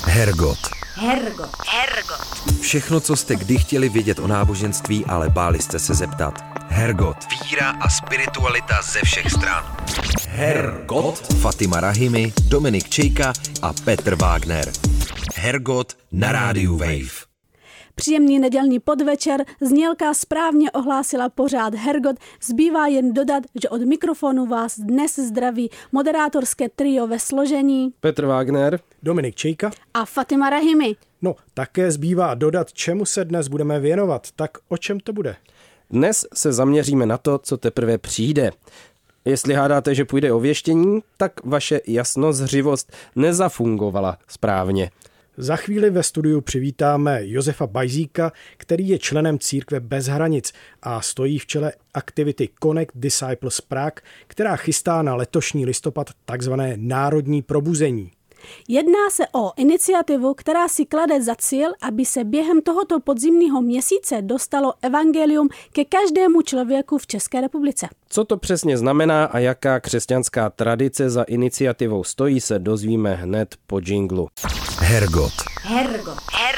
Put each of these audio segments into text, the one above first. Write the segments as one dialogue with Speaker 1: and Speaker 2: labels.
Speaker 1: Hergot.
Speaker 2: Hergot.
Speaker 1: Všechno, co jste kdy chtěli vědět o náboženství, ale báli jste se zeptat. Hergot. Víra a spiritualita ze všech stran. Hergot. Fatima Rahimi, Dominik Čejka a Petr Wagner. Hergot na rádiu Wave.
Speaker 3: Příjemný nedělní podvečer, znělka správně ohlásila pořád Hergot, zbývá jen dodat, že od mikrofonu vás dnes zdraví moderátorské trio ve složení
Speaker 4: Petr Wagner,
Speaker 5: Dominik Čejka
Speaker 3: a Fatima Rahimi.
Speaker 5: No, také zbývá dodat, čemu se dnes budeme věnovat. Tak o čem to bude?
Speaker 4: dnes se zaměříme na to, co teprve přijde. Jestli hádáte, že půjde o věštění, tak vaše jasnozřivost nezafungovala správně.
Speaker 5: Za chvíli ve studiu přivítáme Josefa Bajzíka, který je členem Církve bez hranic a stojí v čele aktivity Connect Disciples Prague, která chystá na letošní listopad takzvané národní probuzení.
Speaker 3: Jedná se o iniciativu, která si klade za cíl, aby se během tohoto podzimního měsíce dostalo evangelium ke každému člověku v České republice.
Speaker 4: Co to přesně znamená a jaká křesťanská tradice za iniciativou stojí, se dozvíme hned po džinglu.
Speaker 1: Hergot.
Speaker 2: Hergot.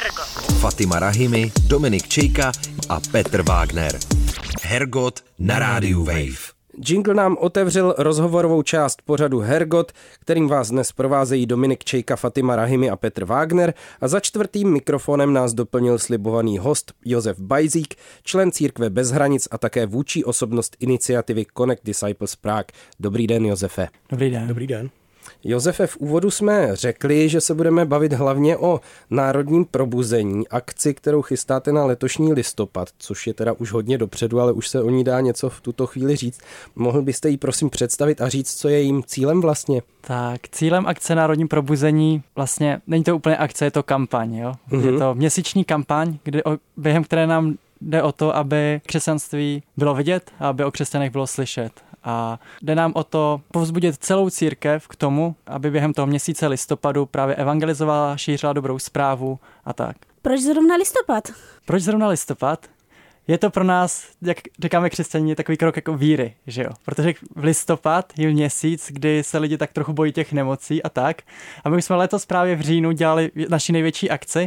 Speaker 1: Fatima Rahimi, Dominik Čejka a Petr Wagner. Hergot na rádiu Wave.
Speaker 4: Jingle nám otevřel rozhovorovou část pořadu Hergot, kterým vás dnes provázejí Dominik Čejka, Fatima Rahimi a Petr Wagner, a za čtvrtým mikrofonem nás doplnil slibovaný host Josef Bajzík, člen Církve bez hranic a také vůdčí osobnost iniciativy Connect Disciples Prague. Dobrý den, Josefe.
Speaker 6: Dobrý den.
Speaker 5: Dobrý den.
Speaker 4: Josefe, v úvodu jsme řekli, že se budeme bavit hlavně o národním probuzení, akci, kterou chystáte na letošní listopad, což je teda už hodně dopředu, ale už se o ní dá něco v tuto chvíli říct. Mohl byste jí prosím představit a říct, co je jejím cílem vlastně?
Speaker 6: Tak, cílem akce Národní probuzení vlastně není to úplně akce, je to kampaň. Jo? Je to měsíční kampaň, během které nám jde o to, aby křesťanství bylo vidět a aby o křesťanech bylo slyšet. A jde nám o to povzbudit celou církev k tomu, aby během toho měsíce listopadu právě evangelizovala, šířila dobrou zprávu a tak.
Speaker 3: Proč zrovna listopad?
Speaker 6: Proč zrovna listopad? Je to pro nás, jak říkáme křesťané, takový krok jako víry, že jo? Protože v listopad je měsíc, kdy se lidi tak trochu bojí těch nemocí a tak. A my jsme letos právě v říjnu dělali naši největší akci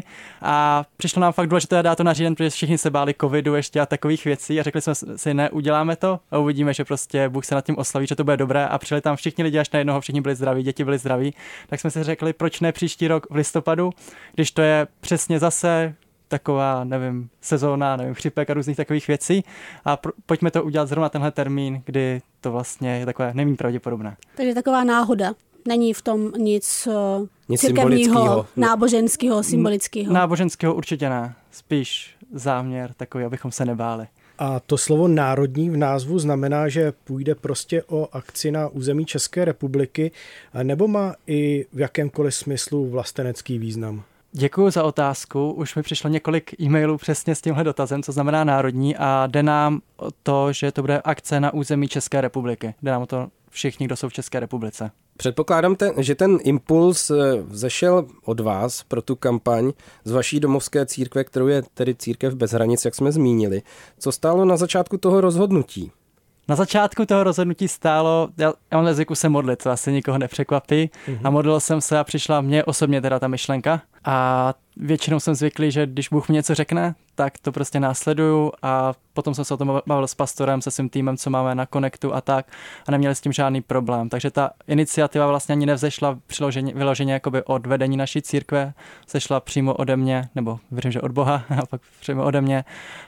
Speaker 6: a přišlo nám fakt důležité dát to na říjen, protože všichni se báli covidu ještě a takových věcí a řekli jsme si, ne, uděláme to a uvidíme, že prostě Bůh se nad tím oslaví, že to bude dobré, a přijeli tam všichni lidi až na jednoho, všichni byli zdraví, děti byli zdraví. Tak jsme si řekli, proč ne příští rok v listopadu, když to je přesně zase taková, nevím, sezóna, chřipek a různých takových věcí, a pojďme to udělat zrovna tenhle termín, kdy to vlastně je takové neméně pravděpodobné.
Speaker 3: Takže taková náhoda. Není v tom nic
Speaker 4: církevního,
Speaker 3: náboženského, symbolického.
Speaker 6: Náboženského určitě ne. Spíš záměr takový, abychom se nebáli.
Speaker 5: A to slovo národní v názvu znamená, že půjde prostě o akci na území České republiky, nebo má i v jakémkoliv smyslu vlastenecký význam?
Speaker 6: Děkuji za otázku. Už mi přišlo několik e-mailů přesně s tímhle dotazem, co znamená národní, a jde nám o to, že to bude akce na území České republiky. Jde nám o to všichni, kdo jsou v České republice.
Speaker 4: Předpokládám, že ten impuls vzešel od vás pro tu kampaň z vaší domovské církve, kterou je tedy Církev bez hranic, jak jsme zmínili. Co stálo na začátku toho rozhodnutí?
Speaker 6: Na začátku toho rozhodnutí stálo, já mám zvyku se modlit, to asi nikoho nepřekvapí, a modlil jsem se a přišla mně osobně teda ta myšlenka, a většinou jsem zvyklý, že když Bůh mi něco řekne, tak to prostě následuju, a potom jsem se o tom bavil s pastorem, se svým týmem, co máme na Connectu a tak, a neměli s tím žádný problém. Takže ta iniciativa vlastně ani nevzešla vyloženě jakoby od vedení naší církve, sešla přímo ode mě, nebo věřím, že od Boha, a pak přímo ode mě,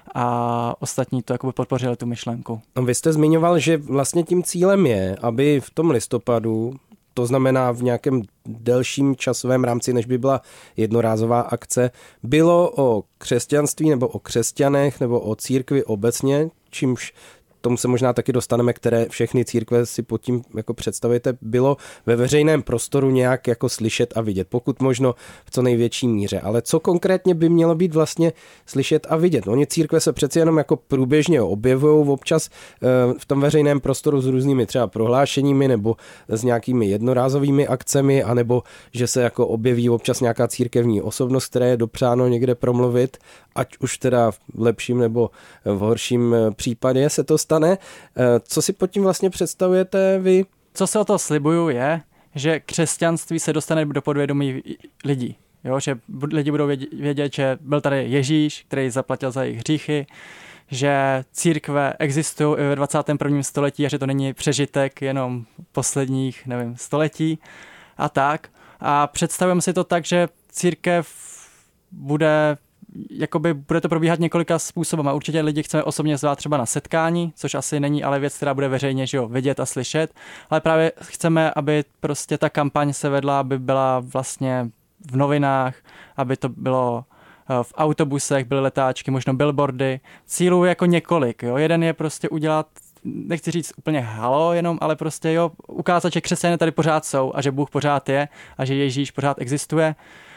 Speaker 6: a ostatní to jakoby podpořili tu myšlenku.
Speaker 4: Vy jste zmiňoval, že vlastně tím cílem je, aby v tom listopadu, to znamená v nějakém delším časovém rámci, než by byla jednorázová akce, bylo o křesťanství nebo o křesťanech nebo o církvi obecně, čímž tomu se možná taky dostaneme, které všechny církve si pod tím jako představujete, bylo ve veřejném prostoru nějak jako slyšet a vidět, pokud možno v co největší míře. Ale co konkrétně by mělo být vlastně slyšet a vidět? Oni církve se přeci jenom jako průběžně objevují občas v tom veřejném prostoru s různými třeba prohlášeními nebo s nějakými jednorázovými akcemi, anebo že se jako objeví občas nějaká církevní osobnost, které je dopřáno někde promluvit, ať už teda v lepším nebo v horším případě se to stane. Co si pod tím vlastně představujete vy?
Speaker 6: Co se o to slibuju je, že křesťanství se dostane do podvědomí lidí. Jo, že lidi budou vědět, že byl tady Ježíš, který zaplatil za jejich hříchy, že církve existují i ve 21. století a že to není přežitek jenom posledních, století a tak. A představujeme si to tak, že církev bude to probíhat několika způsobem. A určitě lidi chceme osobně zvát třeba na setkání, což asi není ale věc, která bude veřejně vidět a slyšet, ale právě chceme, aby prostě ta kampaň se vedla, aby byla vlastně v novinách, aby to bylo v autobusech, byly letáčky, možno billboardy. Cílů jako několik. Jo. Jeden je prostě udělat, nechci říct úplně halo jenom, ale prostě ukázat, že křesťané tady pořád jsou a že Bůh pořád je a že Ježíš pořád existuje.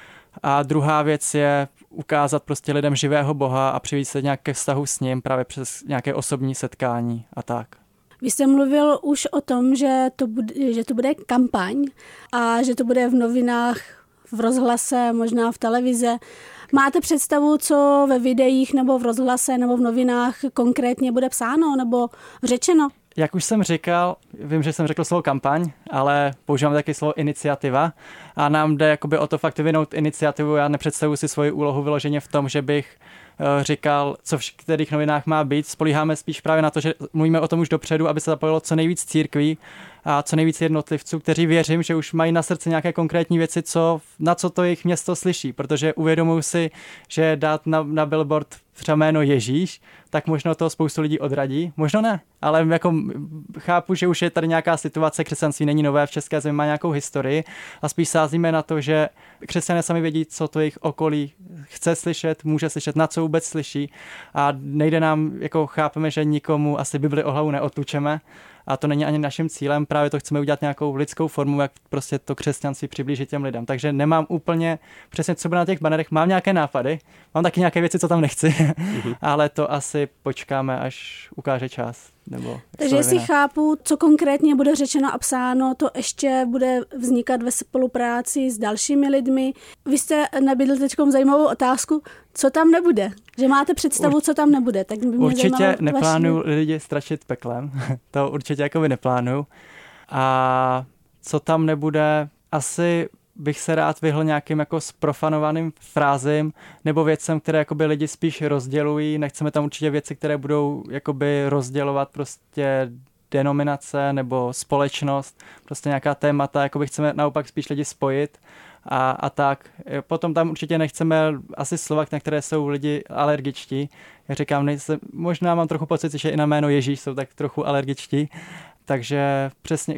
Speaker 6: A druhá věc je ukázat prostě lidem živého Boha a přivést se nějaké vztahu s ním právě přes nějaké osobní setkání a tak.
Speaker 3: Vy jste mluvil už o tom, že to bude kampaň a že to bude v novinách, v rozhlase, možná v televize. Máte představu, co ve videích nebo v rozhlase nebo v novinách konkrétně bude psáno nebo řečeno?
Speaker 6: Jak už jsem říkal, vím, že jsem řekl slovo kampaň, ale používám taky slovo iniciativa a nám jde o to fakt vyvinout iniciativu. Já nepředstavuji si svoji úlohu vyloženě v tom, že bych říkal, co v kterých novinách má být. Spolíháme spíš právě na to, že mluvíme o tom už dopředu, aby se zapojilo co nejvíc církví a co nejvíc jednotlivců, kteří věřím, že už mají na srdci nějaké konkrétní věci, na co to jejich město slyší, protože uvědomuji si, že dát na billboard třeba jméno Ježíš, tak možno to spoustu lidí odradí, možno ne, ale chápu, že už je tady nějaká situace, křesťanství není nové, v české zemi má nějakou historii a spíš sázíme na to, že křesťané sami vědí, co to jejich okolí chce slyšet, může slyšet, na co vůbec slyší a nejde nám, chápeme, že nikomu asi Bibli o hlavu neotlučeme a to není ani naším cílem, právě to chceme udělat nějakou lidskou formu, jak prostě to křesťanství přiblížit těm lidem. Takže nemám úplně přesně, co bude na těch banerech, mám nějaké nápady, mám taky nějaké věci, co tam nechci, ale to asi počkáme, až ukáže čas.
Speaker 3: Takže jestli chápu, co konkrétně bude řečeno a psáno, to ještě bude vznikat ve spolupráci s dalšími lidmi. Vy jste nabídl teď zajímavou otázku, co tam nebude? Že máte představu, co tam nebude? Tak by mě
Speaker 6: určitě neplánuju lidi strašit peklem, to určitě neplánuju. A co tam nebude, asi bych se rád vyhl nějakým zprofanovaným frázím nebo věcem, které lidi spíš rozdělují. Nechceme tam určitě věci, které budou rozdělovat prostě denominace nebo společnost, prostě nějaká témata, chceme naopak spíš lidi spojit a tak. Potom tam určitě nechceme asi slova, na které jsou lidi alergičtí. Jak říkám, možná mám trochu pocit, že i na jméno Ježíš jsou tak trochu alergičtí, takže přesně,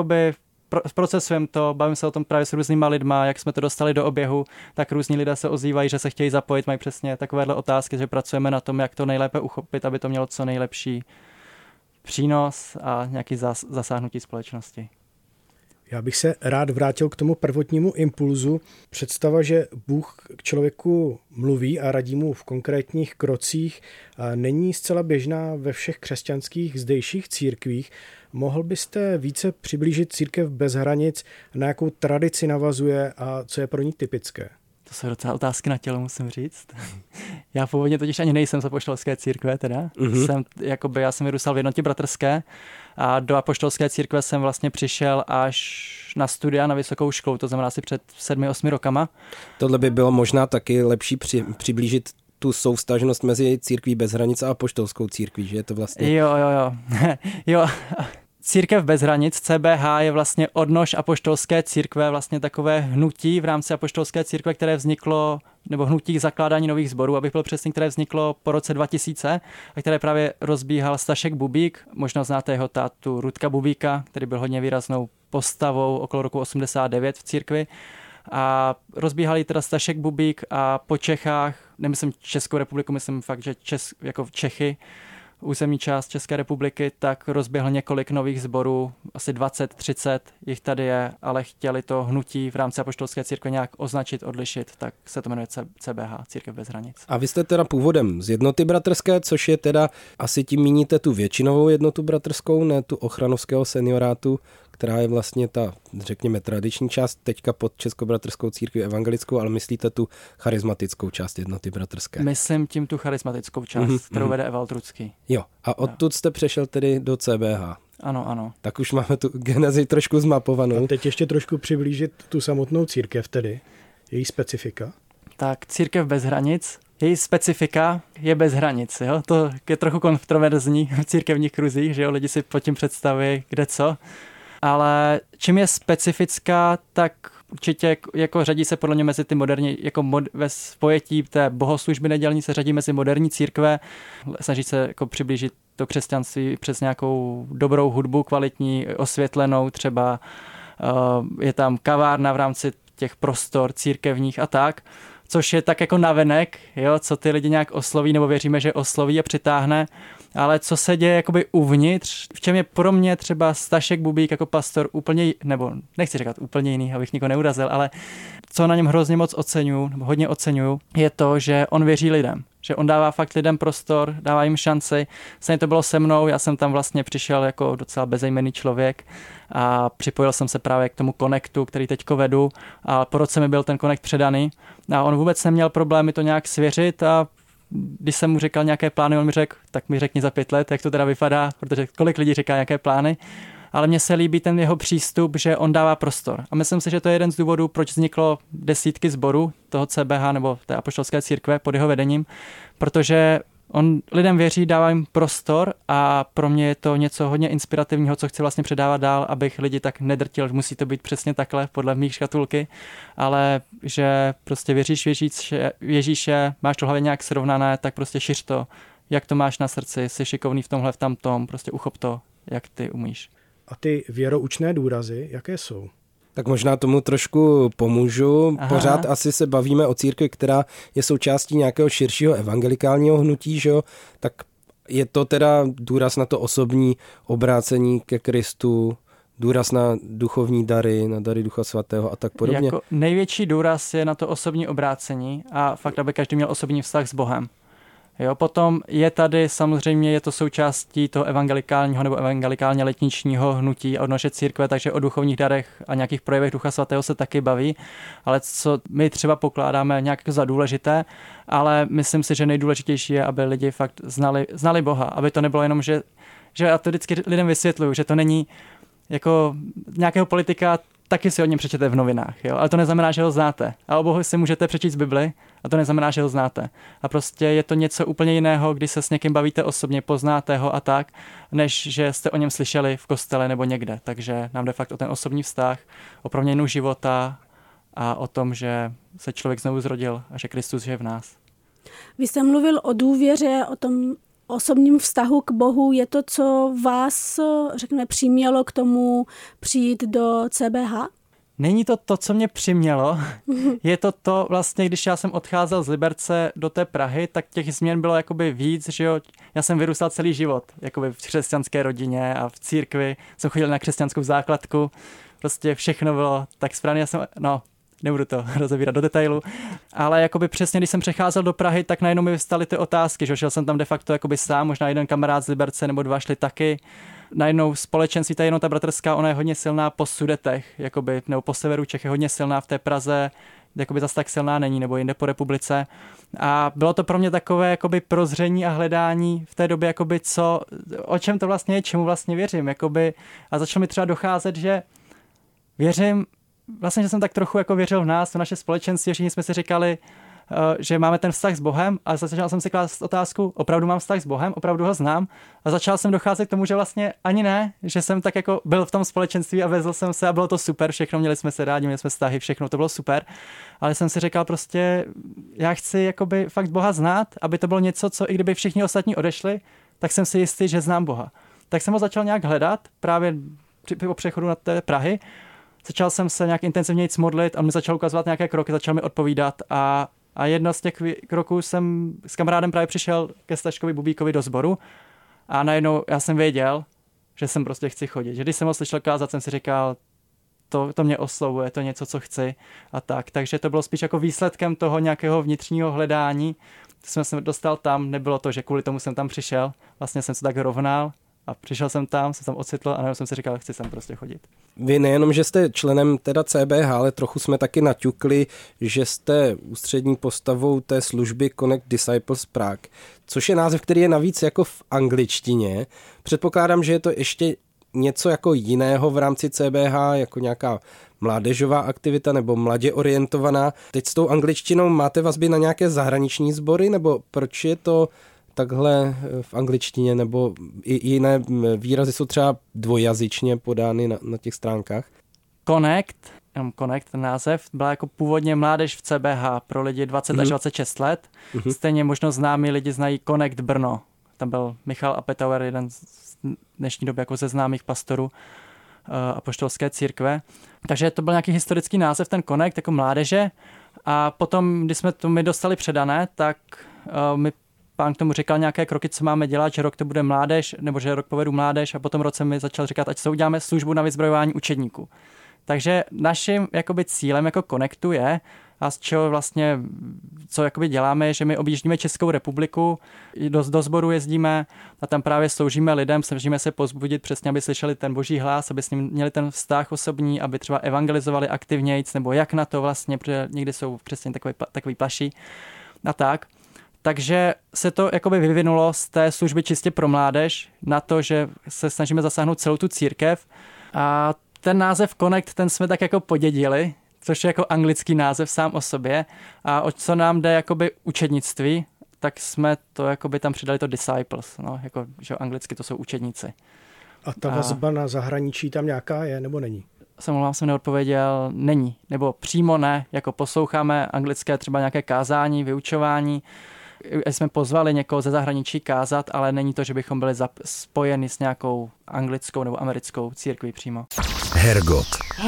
Speaker 6: procesujeme to, bavím se o tom právě s různýma lidma, jak jsme to dostali do oběhu, tak různí lidé se ozývají, že se chtějí zapojit, mají přesně takovéhle otázky, že pracujeme na tom, jak to nejlépe uchopit, aby to mělo co nejlepší přínos a nějaký zasáhnutí společnosti.
Speaker 5: Já bych se rád vrátil k tomu prvotnímu impulzu. Představa, že Bůh k člověku mluví a radí mu v konkrétních krocích, není zcela běžná ve všech křesťanských zdejších církvích. Mohl byste více přiblížit církev bez hranic, na jakou tradici navazuje a co je pro ní typické?
Speaker 6: To jsou docela otázky na tělo, musím říct. Já původně totiž ani nejsem z apoštolské církve, teda. Já jsem vyrůstal v Jednotě bratrské a do apoštolské církve jsem vlastně přišel až na studia na vysokou školu, to znamená asi před 7-8 rokama.
Speaker 4: Tohle by bylo možná taky lepší přiblížit tu souvztažnost mezi církví bez hranic a apoštolskou církví, že je to vlastně...
Speaker 6: Jo. Církev bez hranic, CBH, je vlastně odnož apoštolské církve, vlastně takové hnutí v rámci apoštolské církve, které vzniklo, nebo hnutí k zakládání nových sborů, abych byl přesný, které vzniklo po roce 2000 a které právě rozbíhal Stašek Bubík, možná znáte jeho tátu Rudka Bubíka, který byl hodně výraznou postavou okolo roku 89 v církvi. A rozbíhali teda Stašek Bubík a po Čechách, nemyslím Českou republiku, myslím fakt, že Čechy, územní část České republiky, tak rozběhl několik nových sborů, asi 20-30 jich tady je, ale chtěli to hnutí v rámci apoštolské církve nějak označit, odlišit, tak se to jmenuje CBH, Církev bez hranic.
Speaker 4: A vy jste teda původem z Jednoty bratrské, což je teda, asi tím míníte tu většinovou Jednotu bratrskou, ne tu ochranovského seniorátu, která je vlastně ta, řekněme, tradiční část, teďka pod Českobratrskou církví evangelickou, ale myslíte tu charismatickou část Jednoty bratrské?
Speaker 6: Myslím tím tu charismatickou část, kterou vede Evald Rucký.
Speaker 4: Jo, a odtud jste přešel tedy do CBH.
Speaker 6: Ano.
Speaker 4: Tak už máme tu genezi trošku zmapovanou.
Speaker 5: A teď ještě trošku přiblížit tu samotnou církev tedy. Její specifika?
Speaker 6: Tak Církev bez hranic, její specifika je bez hranic. Jo? To je trochu kontroverzní v církevních kruzích, že jo? Lidi si pod tím představí kde co. Ale čím je specifická, tak určitě jako řadí se podle mě mezi ty moderní, jako ve spojetí té bohoslužby nedělní se řadí mezi moderní církve, snaží se jako přiblížit to křesťanství přes nějakou dobrou hudbu, kvalitní, osvětlenou, třeba je tam kavárna v rámci těch prostor církevních a tak, což je tak jako navenek, jo, co ty lidi nějak osloví, nebo věříme, že osloví a přitáhne, ale co se děje jakoby uvnitř, v čem je pro mě třeba Stašek Bubík jako pastor úplně, nebo nechci říkat úplně jiný, abych nikoho neurazil, ale co na něm hrozně moc oceňuju, nebo hodně oceňuju, je to, že on věří lidem. Že on dává fakt lidem prostor, dává jim šanci. Stejně to bylo se mnou, já jsem tam vlastně přišel jako docela bezejmenný člověk a připojil jsem se právě k tomu Connectu, který teďko vedu a po roce mi byl ten Connect předaný a on vůbec neměl problém mi to nějak svěřit a když jsem mu říkal nějaké plány, on mi řekl, tak mi řekni za 5 let, jak to teda vypadá, protože kolik lidí říká nějaké plány. Ale mně se líbí ten jeho přístup, že on dává prostor. A myslím si, že to je jeden z důvodů, proč vzniklo desítky sborů toho CBH nebo té apoštolské církve pod jeho vedením, protože on lidem věří, dává jim prostor a pro mě je to něco hodně inspirativního, co chci vlastně předávat dál, abych lidi tak nedrtil, musí to být přesně takhle podle mých škatulky, ale že prostě věříš Ježíše, máš to hlavě nějak srovnané, tak prostě šiř to, jak to máš na srdci, jsi šikovný v tomhle, v tamtom, prostě uchop to, jak ty umíš.
Speaker 5: A ty věroučné důrazy, jaké jsou?
Speaker 4: Tak možná tomu trošku pomůžu.
Speaker 6: Aha.
Speaker 4: Pořád asi se bavíme o církvi, která je součástí nějakého širšího evangelikálního hnutí, že jo? Tak je to teda důraz na to osobní obrácení ke Kristu, důraz na duchovní dary, na dary Ducha Svatého a tak podobně.
Speaker 6: Jako největší důraz je na to osobní obrácení a fakt, aby každý měl osobní vztah s Bohem. Jo, potom je tady samozřejmě, je to součástí toho evangelikálního nebo evangelikálně letničního hnutí a odnože církve, takže o duchovních darech a nějakých projevech Ducha Svatého se taky baví, ale co my třeba pokládáme nějak za důležité, ale myslím si, že nejdůležitější je, aby lidi fakt znali Boha, aby to nebylo jenom, že já to vždycky lidem vysvětluju, že to není jako nějakého politika, taky si o něm přečete v novinách, jo? Ale to neznamená, že ho znáte. A o Bohu si můžete přečíst z Bibli a to neznamená, že ho znáte. A prostě je to něco úplně jiného, když se s někým bavíte osobně, poznáte ho a tak, než že jste o něm slyšeli v kostele nebo někde. Takže nám jde fakt o ten osobní vztah, o proměnu života a o tom, že se člověk znovu zrodil a že Kristus žije v nás.
Speaker 3: Vy jste mluvil o důvěře, o tom osobním vztahu k Bohu. Je to, co vás, řekněme, přimělo k tomu přijít do CBH?
Speaker 6: Není to, co mě přimělo. Je to vlastně, když já jsem odcházel z Liberce do té Prahy, tak těch změn bylo jakoby víc, že jo. Já jsem vyrůstal celý život, jakoby v křesťanské rodině a v církvi. Jsem chodil na křesťanskou základku. Prostě všechno bylo tak správně. Nebudu to rozebírat do detailu, ale jakoby přesně, když jsem přecházel do Prahy, tak najednou mi vyvstaly ty otázky, že šel jsem tam de facto jakoby sám, možná jeden kamarád z Liberce nebo 2 šli taky. Najednou společenství, ta jednota bratrská, ona je hodně silná po Sudetech, jakoby, nebo po severu Čech je hodně silná, v té Praze jakoby zase tak silná není, nebo jinde po republice. A bylo to pro mě takové jakoby prozření a hledání v té době, jakoby o čem to vlastně je, čemu vlastně věřím. Jakoby, a začalo mi třeba docházet, že věřím, vlastně, že jsem tak trochu jako věřil v nás, v naše společenství, všichni jsme si říkali, že máme ten vztah s Bohem a začal jsem si klást otázku, opravdu mám vztah s Bohem, opravdu ho znám a začal jsem docházet k tomu, že vlastně ani ne, že jsem tak jako byl v tom společenství a vezl jsem se a bylo to super, všechno, měli jsme se rádi, měli jsme vztahy, všechno, to bylo super, ale jsem si říkal prostě, já chci jakoby fakt Boha znát, aby to bylo něco, co i kdyby všichni ostatní odešli, tak jsem si jistý, že znám Boha. Tak jsem ho začal nějak hledat právě po přechodu na té Prahy. Začal jsem se nějak intenzivněji modlit a on mi začal ukazovat nějaké kroky, začal mi odpovídat a jedno z těch kroků jsem s kamarádem právě přišel ke Staškovi Bubíkovi do sboru a najednou já jsem věděl, že sem prostě chci chodit. Že když jsem ho slyšel kázat, jsem si říkal, to mě oslovuje, to je něco, co chci a tak. Takže to bylo spíš jako výsledkem toho nějakého vnitřního hledání. Jsem se dostal tam, nebylo to, že kvůli tomu jsem tam přišel, vlastně jsem se tak rovnal. A přišel jsem tam ocitl a najednou jsem si říkal, chci sem prostě chodit.
Speaker 4: Vy nejenom, že jste členem teda CBH, ale trochu jsme taky naťukli, že jste ústřední postavou té služby Connect Disciples Prague, což je název, který je navíc jako v angličtině. Předpokládám, že je to ještě něco jako jiného v rámci CBH, jako nějaká mládežová aktivita nebo mladě orientovaná. Teď s tou angličtinou máte vazby na nějaké zahraniční sbory, nebo proč je to takhle v angličtině, nebo i jiné výrazy jsou třeba dvojjazyčně podány na těch stránkách?
Speaker 6: Connect, ten název, byla jako původně mládež v CBH pro lidi 20 až 26 let. Stejně možno známí lidi znají Connect Brno. Tam byl Michal Apetauer, jeden z dnešní doby jako ze známých pastorů apoštolské církve. Takže to byl nějaký historický název, ten Connect jako mládeže. A potom, když jsme to my dostali předané, tak mi pán k tomu říkal nějaké kroky, co máme dělat, že rok to bude mládež, nebo že rok povedu mládež, a potom roce mi začal říkat, ať se uděláme službu na vyzbrojování učedníků. Takže naším jakoby cílem jako Connectu je, a z čeho vlastně, co jakoby děláme, je, že my objíždíme Českou republiku, do sboru jezdíme a tam právě sloužíme lidem, snažíme se povzbudit přesně, aby slyšeli ten boží hlas, aby s ním měli ten vztah osobní, aby třeba evangelizovali aktivnějc, nebo jak na to vlastně, protože někdy jsou přesně takový plaší a tak. Takže se to jakoby vyvinulo z té služby čistě pro mládež na to, že se snažíme zasáhnout celou tu církev, a ten název Connect, ten jsme tak jako podědili, což je jako anglický název sám o sobě, a o co nám jde jakoby učednictví, tak jsme to jakoby tam přidali to disciples, no, jako, že anglicky to jsou učedníci.
Speaker 5: A ta vazba na zahraničí tam nějaká je, nebo není?
Speaker 6: Jsem neodpověděl, není, nebo přímo ne, jako posloucháme anglické třeba nějaké kázání, vyučování, jsme pozvali někoho ze zahraničí kázat, ale není to, že bychom byli spojeni s nějakou anglickou nebo americkou církví přímo.
Speaker 1: Hergot.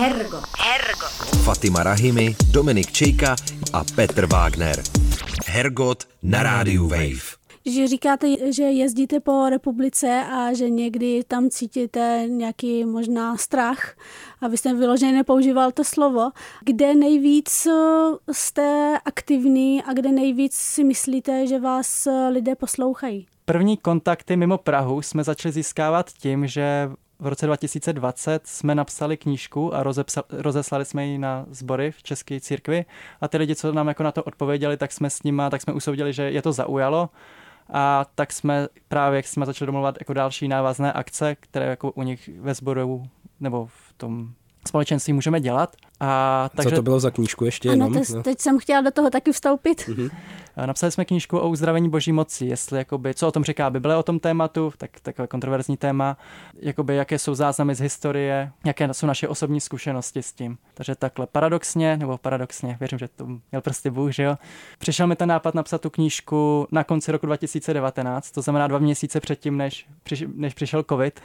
Speaker 1: Fatima Rahimi, Dominik Čejka a Petr Wagner. Hergot na rádiu Wave.
Speaker 3: Že říkáte, že jezdíte po republice a že někdy tam cítíte nějaký možná strach, abyste vyloženě nepoužíval to slovo. Kde nejvíc jste aktivní a kde nejvíc si myslíte, že vás lidé poslouchají?
Speaker 6: První kontakty mimo Prahu jsme začali získávat tím, že v roce 2020 jsme napsali knížku a rozeslali jsme ji na sbory v České církvi, a ty lidi, co nám jako na to odpověděli, tak jsme usoudili, že je to zaujalo. A tak jsme právě začali domluvat jako další návazné akce, které jako u nich ve sboru nebo v tom společenství můžeme dělat. A takže...
Speaker 4: Co to bylo za knížku ještě
Speaker 3: jenom?
Speaker 4: No.
Speaker 3: Teď jsem chtěla do toho taky vstoupit.
Speaker 6: Napsali jsme knížku o uzdravení boží moci, jestli jakoby, co o tom říká Bible o tom tématu, tak takové kontroverzní téma, jakoby, jaké jsou záznamy z historie, jaké jsou naše osobní zkušenosti s tím. Takže takhle paradoxně, věřím, že to měl prostě Bůh, že jo. Přišel mi ten nápad napsat tu knížku na konci roku 2019, to znamená 2 měsíce předtím, než přišel covid.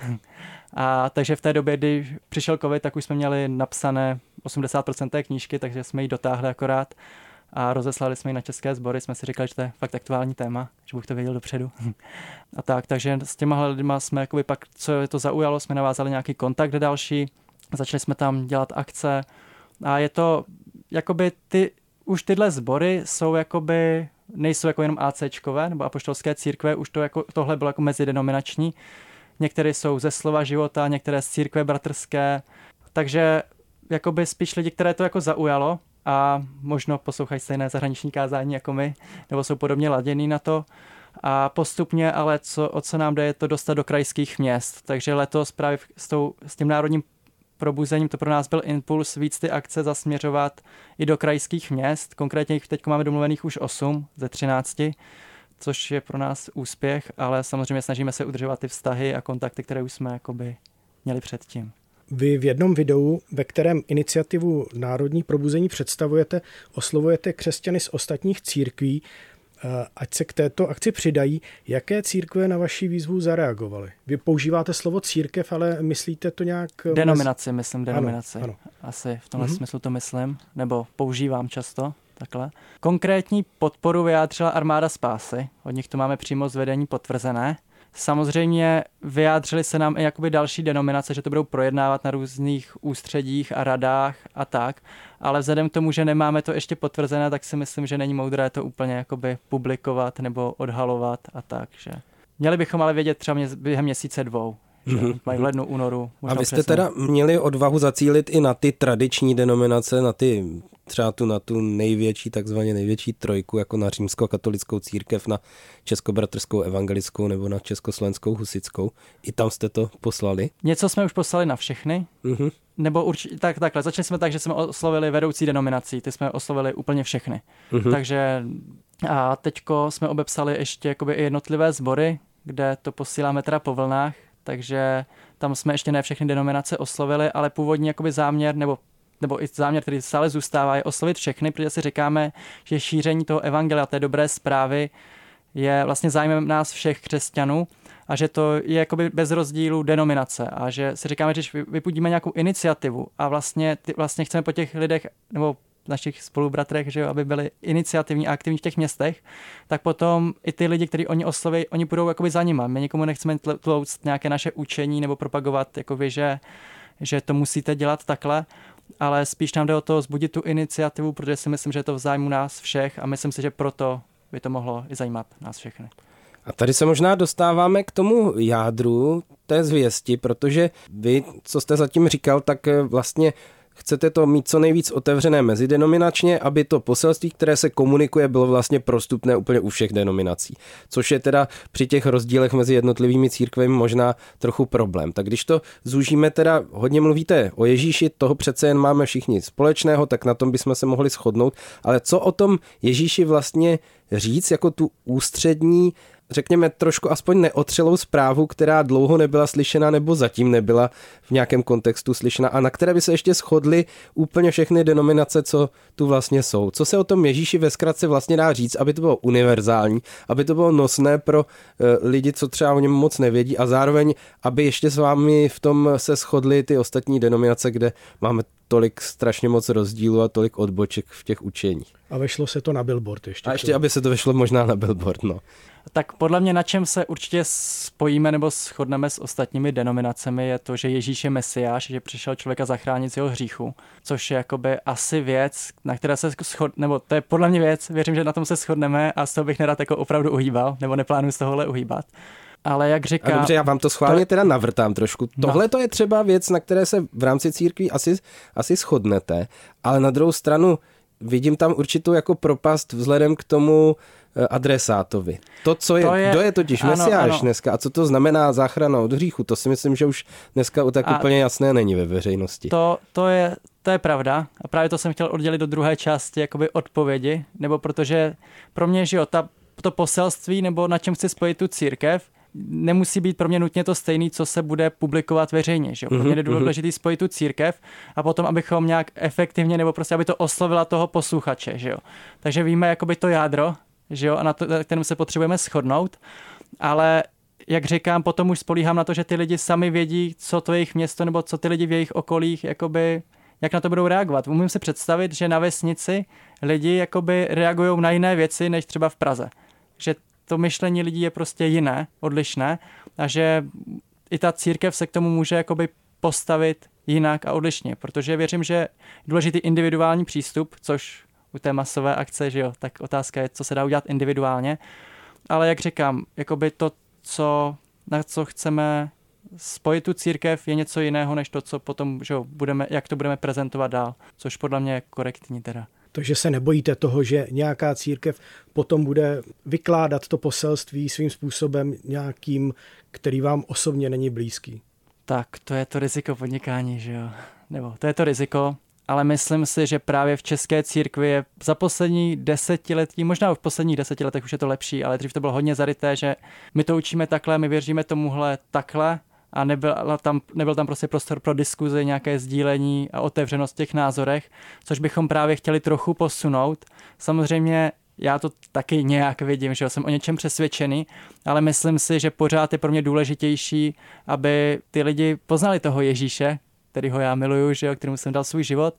Speaker 6: A takže v té době, kdy přišel covid, tak už jsme měli napsané 80% té knížky, takže jsme ji dotáhli akorát a rozeslali jsme ji na české sbory. Jsme si říkali, že to je fakt aktuální téma, že Bůh to věděl dopředu. A tak, takže s těma lidma jsme jakoby pak, co je to zaujalo, jsme navázali nějaký kontakt další, začali jsme tam dělat akce a je to, jakoby už tyhle sbory jsou jakoby, nejsou jako jenom ACčkové nebo apoštolské církve, už to jako, tohle bylo jako mezidenominační. Některé jsou ze Slova života, některé z církve bratrské, takže jakoby spíš lidi, které to jako zaujalo a možno poslouchají stejné zahraniční kázání jako my, nebo jsou podobně laděný na to. A postupně, ale o co nám jde, je to dostat do krajských měst. Takže letos právě s tím národním probuzením to pro nás byl impuls víc ty akce zasměřovat i do krajských měst. Konkrétně teď máme domluvených už 8 ze 13, což je pro nás úspěch, ale samozřejmě snažíme se udržovat ty vztahy a kontakty, které už jsme jakoby měli předtím.
Speaker 5: Vy v jednom videu, ve kterém iniciativu Národní probuzení představujete, oslovujete křesťany z ostatních církví, ať se k této akci přidají. Jaké církve na vaši výzvu zareagovaly? Vy používáte slovo církev, ale myslíte to nějak...
Speaker 6: Denominaci, myslím, denominaci.
Speaker 5: Ano.
Speaker 6: Asi v tomhle smyslu to myslím, nebo používám často. Takhle. Konkrétní podporu vyjádřila Armáda spásy, od nich to máme přímo z vedení potvrzené. Samozřejmě vyjádřili se nám i jakoby další denominace, že to budou projednávat na různých ústředích a radách a tak, ale vzhledem k tomu, že nemáme to ještě potvrzené, tak si myslím, že není moudré to úplně jakoby publikovat nebo odhalovat a tak, že. Měli bychom ale vědět třeba během měsíce 2, Mají v lednu, únoru.
Speaker 4: A vy jste teda měli odvahu zacílit i na ty tradiční denominace, na ty třeba na tu největší, takzvaně největší trojku, jako na římskokatolickou církev, na českobratrskou evangelickou nebo na československou husitskou. I tam jste to poslali?
Speaker 6: Něco jsme už poslali na všechny. Nebo určitě takhle. Začali jsme tak, že jsme oslovili vedoucí denominací. Ty jsme oslovili úplně všechny. Takže a teďko jsme obepsali ještě jakoby i jednotlivé sbory, kde to posíláme teda po vlnách. Takže tam jsme ještě ne všechny denominace oslovili, ale původní jakoby záměr, nebo i záměr, který stále zůstává, je oslovit všechny, protože si říkáme, že šíření toho evangelia, té dobré zprávy je vlastně zájmem nás všech křesťanů a že to je jakoby bez rozdílu denominace a že si říkáme, že když vypudíme nějakou iniciativu a vlastně chceme po těch lidech nebo našich spolubratrech, že jo, aby byli iniciativní a aktivní v těch městech, tak potom i ty lidi, kteří oni osloví, oni budou jakoby za nima. My nikomu nechceme tlouct nějaké naše učení nebo propagovat, jakoby, že to musíte dělat takhle, ale spíš nám jde o to vzbudit tu iniciativu, protože si myslím, že je to v zájmu nás všech a myslím si, že proto by to mohlo i zajímat nás všechny.
Speaker 4: A tady se možná dostáváme k tomu jádru té zvěsti, protože vy, co jste zatím říkal, tak vlastně chcete to mít co nejvíc otevřené mezidenominačně, aby to poselství, které se komunikuje, bylo vlastně prostupné úplně u všech denominací. Což je teda při těch rozdílech mezi jednotlivými církvemi možná trochu problém. Tak když to zúžíme, teda hodně mluvíte o Ježíši, toho přece jen máme všichni společného, tak na tom bychom se mohli shodnout. Ale co o tom Ježíši vlastně říct jako tu ústřední, řekněme trošku aspoň neotřelou zprávu, která dlouho nebyla slyšena nebo zatím nebyla v nějakém kontextu slyšena a na které by se ještě shodly úplně všechny denominace, co tu vlastně jsou. Co se o tom Ježíši ve zkratce vlastně dá říct, aby to bylo univerzální, aby to bylo nosné pro lidi, co třeba o něm moc nevědí a zároveň, aby ještě s vámi v tom se shodly ty ostatní denominace, kde máme tolik strašně moc rozdílů a tolik odboček v těch učeních.
Speaker 5: A vešlo se to na billboard ještě.
Speaker 4: A ještě, aby se to vešlo možná na billboard, no.
Speaker 6: Tak podle mě, na čem se určitě spojíme nebo shodneme s ostatními denominacemi, je to, že Ježíš je Mesiáš, že přišel člověka zachránit z jeho hříchu, což je jakoby asi věc, na které se nebo to je podle mě věc, věřím, že na tom se shodneme a z toho bych nerad jako opravdu uhýbal, nebo neplánuji z tohohle uhýbat. Ale jak říkám...
Speaker 4: A dobře, já vám to schválně teda navrtám trošku. Tohle to je třeba věc, na které se v rámci církví asi shodnete, ale na druhou stranu vidím tam určitou jako propast vzhledem k tomu adresátovi. Kdo je totiž Mesiáš dneska a co to znamená záchrana od hříchu, to si myslím, že už dneska tak úplně jasné není ve veřejnosti.
Speaker 6: To je pravda a právě to jsem chtěl oddělit do druhé části jakoby odpovědi, nebo protože pro mě, že jo, to poselství nebo na čem chci spojit tu církev, nemusí být pro mě nutně to stejný, co se bude publikovat veřejně. Že jo? Pro mě je důležitý spojit tu církev a potom, abychom nějak efektivně nebo prostě, aby to oslovila toho posluchače. Že jo? Takže víme jakoby to jádro, že jo? A na kterém se potřebujeme shodnout, ale jak říkám, potom už spolíhám na to, že ty lidi sami vědí, co to jejich město nebo co ty lidi v jejich okolích, jakoby, jak na to budou reagovat. Umím si představit, že na vesnici lidi jakoby reagují na jiné věci, než třeba v Praze. Že to myšlení lidí je prostě jiné, odlišné a že i ta církev se k tomu může jakoby postavit jinak a odlišně, protože věřím, že je důležitý individuální přístup, což u té masové akce, že jo, tak otázka je, co se dá udělat individuálně, ale jak říkám, jakoby to, na co chceme spojit tu církev, je něco jiného, než to, co potom, že jo, jak to budeme prezentovat dál, což podle mě je korektní teda.
Speaker 5: Takže se nebojíte toho, že nějaká církev potom bude vykládat to poselství svým způsobem nějakým, který vám osobně není blízký?
Speaker 6: Tak, to je to riziko podnikání, že jo? Nebo to je to riziko, ale myslím si, že právě v české církvi je za poslední desetiletí, možná v posledních 10 letech už je to lepší, ale dřív to bylo hodně zaryté, že my to učíme takhle, my věříme tomuhle takhle, a nebyl tam prostě prostor pro diskuzi, nějaké sdílení a otevřenost v těch názorech, což bychom právě chtěli trochu posunout. Samozřejmě já to taky nějak vidím, že jsem o něčem přesvědčený, ale myslím si, že pořád je pro mě důležitější, aby ty lidi poznali toho Ježíše, kterýho já miluju, že jo, kterému jsem dal svůj život,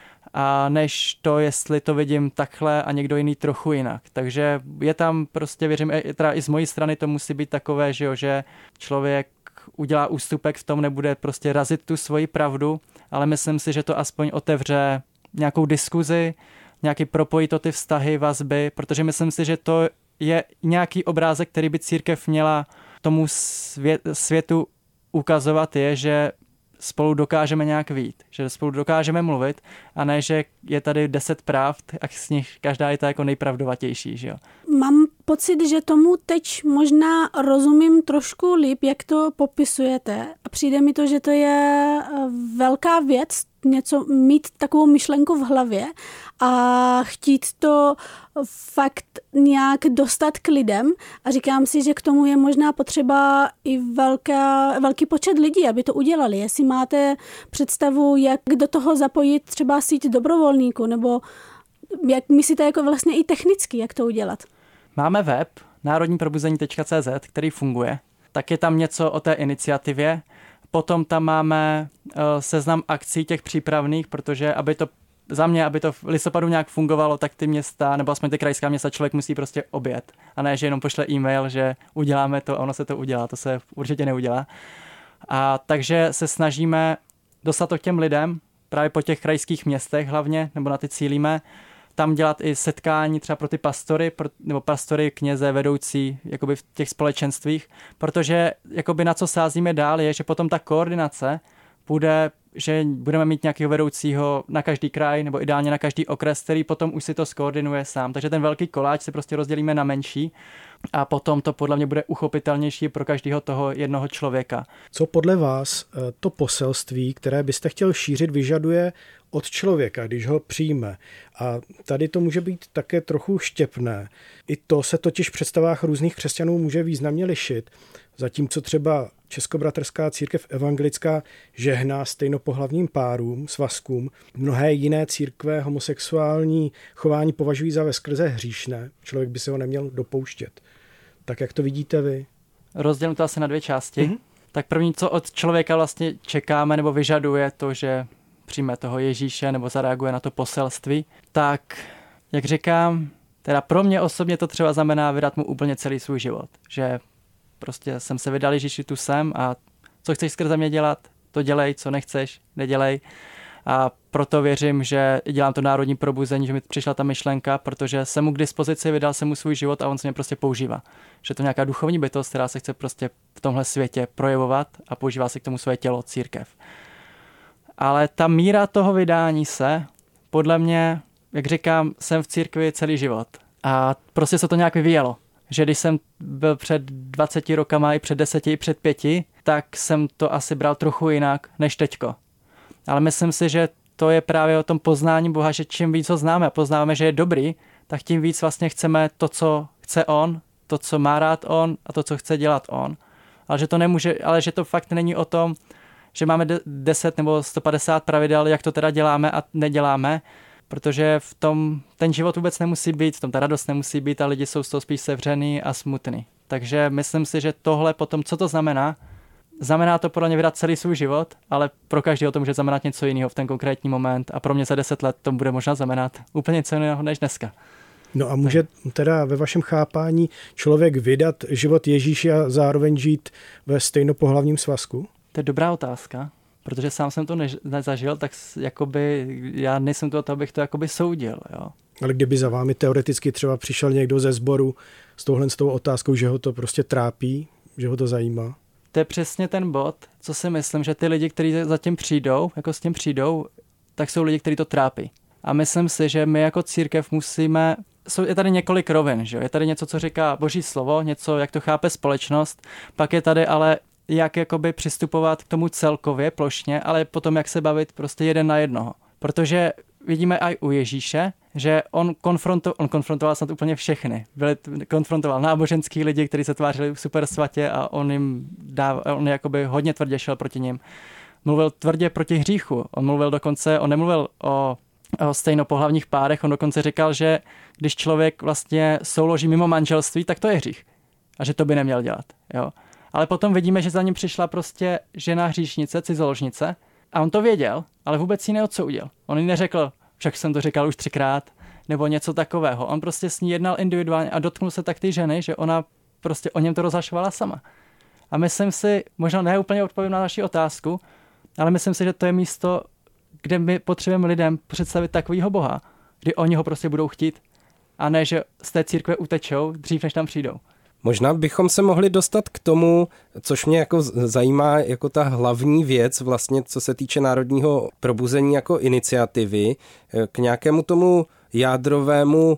Speaker 6: a než to, jestli to vidím takhle a někdo jiný trochu jinak. Takže je tam prostě, věřím, teda i z mojí strany to musí být takové, že člověk udělá ústupek v tom, nebude prostě razit tu svoji pravdu, ale myslím si, že to aspoň otevře nějakou diskuzi, nějaký propojí to ty vztahy, vazby, protože myslím si, že to je nějaký obrázek, který by církev měla tomu světu ukazovat je, že spolu dokážeme nějak vyjít, že spolu dokážeme mluvit a ne, že je tady 10 pravd a z nich každá je ta jako nejpravdovatější, že jo.
Speaker 3: Mám pocit, že tomu teď možná rozumím trošku líp, jak to popisujete. A přijde mi to, že to je velká věc, něco mít takovou myšlenku v hlavě a chtít to fakt nějak dostat k lidem. A říkám si, že k tomu je možná potřeba i velký počet lidí, aby to udělali. Jestli máte představu, jak do toho zapojit třeba síť dobrovolníků, nebo jak myslíte jako vlastně i technicky, jak to udělat?
Speaker 6: Máme web národniprobuzení.cz, který funguje. Tak je tam něco o té iniciativě. Potom tam máme seznam akcí těch přípravných, protože aby to v listopadu nějak fungovalo, tak ty města, nebo aspoň ty krajská města, člověk musí prostě objet. A ne, že jenom pošle e-mail, že uděláme to a ono se to udělá. To se určitě neudělá. A takže se snažíme dostat to k těm lidem, právě po těch krajských městech hlavně, nebo na ty cílíme, tam dělat i setkání třeba pro ty pastory, nebo pastory, kněze, vedoucí jakoby v těch společenstvích, protože jakoby na co sázíme dál je, že potom ta koordinace bude, že budeme mít nějakého vedoucího na každý kraj nebo ideálně na každý okres, který potom už si to skoordinuje sám. Takže ten velký koláč si prostě rozdělíme na menší a potom to podle mě bude uchopitelnější pro každého toho jednoho člověka.
Speaker 5: Co podle vás to poselství, které byste chtěl šířit, vyžaduje od člověka, když ho přijme? A tady to může být také trochu štěpné. I to se totiž v představách různých křesťanů může významně lišit. Zatímco třeba Českobratrská církev evangelická žehná stejnopohlavním párům, svazkům, mnohé jiné církve homosexuální chování považují za veskrze hříšné. Člověk by se ho neměl dopouštět. Tak jak to vidíte vy?
Speaker 6: Rozdělím to asi na 2 části. Tak první, co od člověka vlastně čekáme nebo vyžaduje to, že přijme toho Ježíše nebo zareaguje na to poselství, tak jak říkám, teda pro mě osobně to třeba znamená vydat mu úplně celý svůj život. Že prostě jsem se vydal Ježíši, tu jsem a co chceš skrze mě dělat, to dělej, co nechceš, nedělej. A proto věřím, že dělám to národní probuzení, že mi přišla ta myšlenka, protože jsem mu k dispozici, vydal jsem mu svůj život a on se mě prostě používá. Že to je nějaká duchovní bytost, která se chce prostě v tomhle světě projevovat a používá si k tomu své tělo, církev. Ale ta míra toho vydání se, podle mě, jak říkám, jsem v církvi celý život. A prostě se to nějak vyvíjelo. Že když jsem byl před 20 rokama, i před 10, i před 5, tak jsem to asi bral trochu jinak než teďko. Ale myslím si, že to je právě o tom poznání Boha, že čím víc ho známe a poznáváme, že je dobrý, tak tím víc vlastně chceme to, co chce on, to, co má rád on a to, co chce dělat on. Ale že to fakt není o tom, že máme 10 nebo 150 pravidel, jak to teda děláme a neděláme, protože v tom ten život vůbec nemusí být, v tom ta radost nemusí být a lidi jsou z toho spíš sevřený a smutný. Takže myslím si, že tohle potom, co to znamená? Znamená to podle mě vydat celý svůj život, ale pro každého to může znamenat něco jiného v ten konkrétní moment a pro mě za 10 let to bude možná znamenat úplně něco jiného než dneska.
Speaker 5: No a může teda ve vašem chápání člověk vydat život Ježíši a zároveň žít ve stejnopohlavním svazku?
Speaker 6: To je dobrá otázka, protože sám jsem to nezažil, tak jakoby já nejsem to, abych to jakoby soudil. Jo.
Speaker 5: Ale kdyby za vámi teoreticky třeba přišel někdo ze sboru s tou otázkou, že ho to prostě trápí, že ho to zajímá?
Speaker 6: To je přesně ten bod, co si myslím, že ty lidi, kteří zatím přijdou, jako s tím přijdou, tak jsou lidi, kteří to trápí. A myslím si, že my jako církev musíme, je tady několik rovin, že jo? Je tady něco, co říká Boží slovo, něco, jak to chápe společnost, pak je tady ale jak jakoby přistupovat k tomu celkově, plošně, ale potom jak se bavit prostě jeden na jednoho. Protože vidíme i u Ježíše, že on konfrontoval snad úplně všechny. Konfrontoval náboženský lidi, kteří se tvářili super svatě a on jakoby hodně tvrdě šel proti nim. Mluvil tvrdě proti hříchu. On nemluvil o stejnopohlavních párech, on dokonce říkal, že když člověk vlastně souloží mimo manželství, tak to je hřích. A že to by neměl dělat. Jo. Ale potom vidíme, že za ním přišla prostě žena hříšnice, cizoložnice a on to věděl, ale vůbec jí co udělal. On jí neřekl, však jsem to říkal už 3krát, nebo něco takového. On prostě s ní jednal individuálně a dotknul se tak ty ženy, že ona prostě o něm to rozhlašovala sama. A myslím si, možná ne úplně odpovím na naši otázku, ale myslím si, že to je místo, kde my potřebujeme lidem představit takovýho Boha, kdy oni ho prostě budou chtít a ne, že z té církve utečou dřív, než tam přijdou.
Speaker 4: Možná bychom se mohli dostat k tomu, což mě jako zajímá jako ta hlavní věc vlastně, co se týče Národního probuzení jako iniciativy, k nějakému tomu jádrovému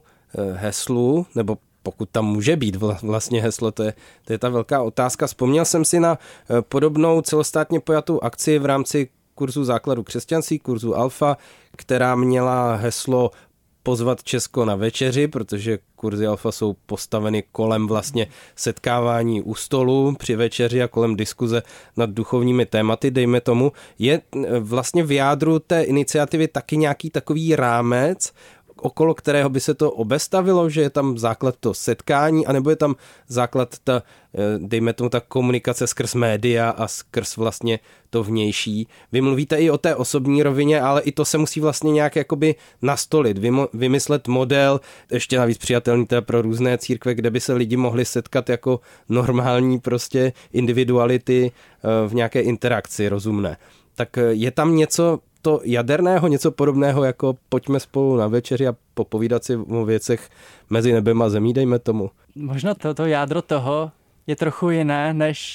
Speaker 4: heslu, nebo pokud tam může být vlastně heslo, to je ta velká otázka. Vzpomněl jsem si na podobnou celostátně pojatou akci v rámci kurzu základu křesťanství, kurzu Alfa, která měla heslo pozvat Česko na večeři, protože kurzy Alfa jsou postaveny kolem vlastně setkávání u stolu při večeři a kolem diskuze nad duchovními tématy, dejme tomu. Je vlastně v jádru té iniciativy taky nějaký takový rámec, okolo kterého by se to obestavilo, že je tam základ to setkání, anebo je tam základ ta, dejme tomu, ta komunikace skrz média a skrz vlastně to vnější. Vy mluvíte i o té osobní rovině, ale i to se musí vlastně nějak jakoby nastolit, vymyslet model, ještě navíc přijatelný pro různé církve, kde by se lidi mohli setkat jako normální prostě individuality v nějaké interakci rozumné. Tak je tam něco to jaderného, něco podobného, jako pojďme spolu na večeři a popovídat si o věcech mezi nebem a zemí, dejme tomu.
Speaker 6: Možná to jádro toho je trochu jiné,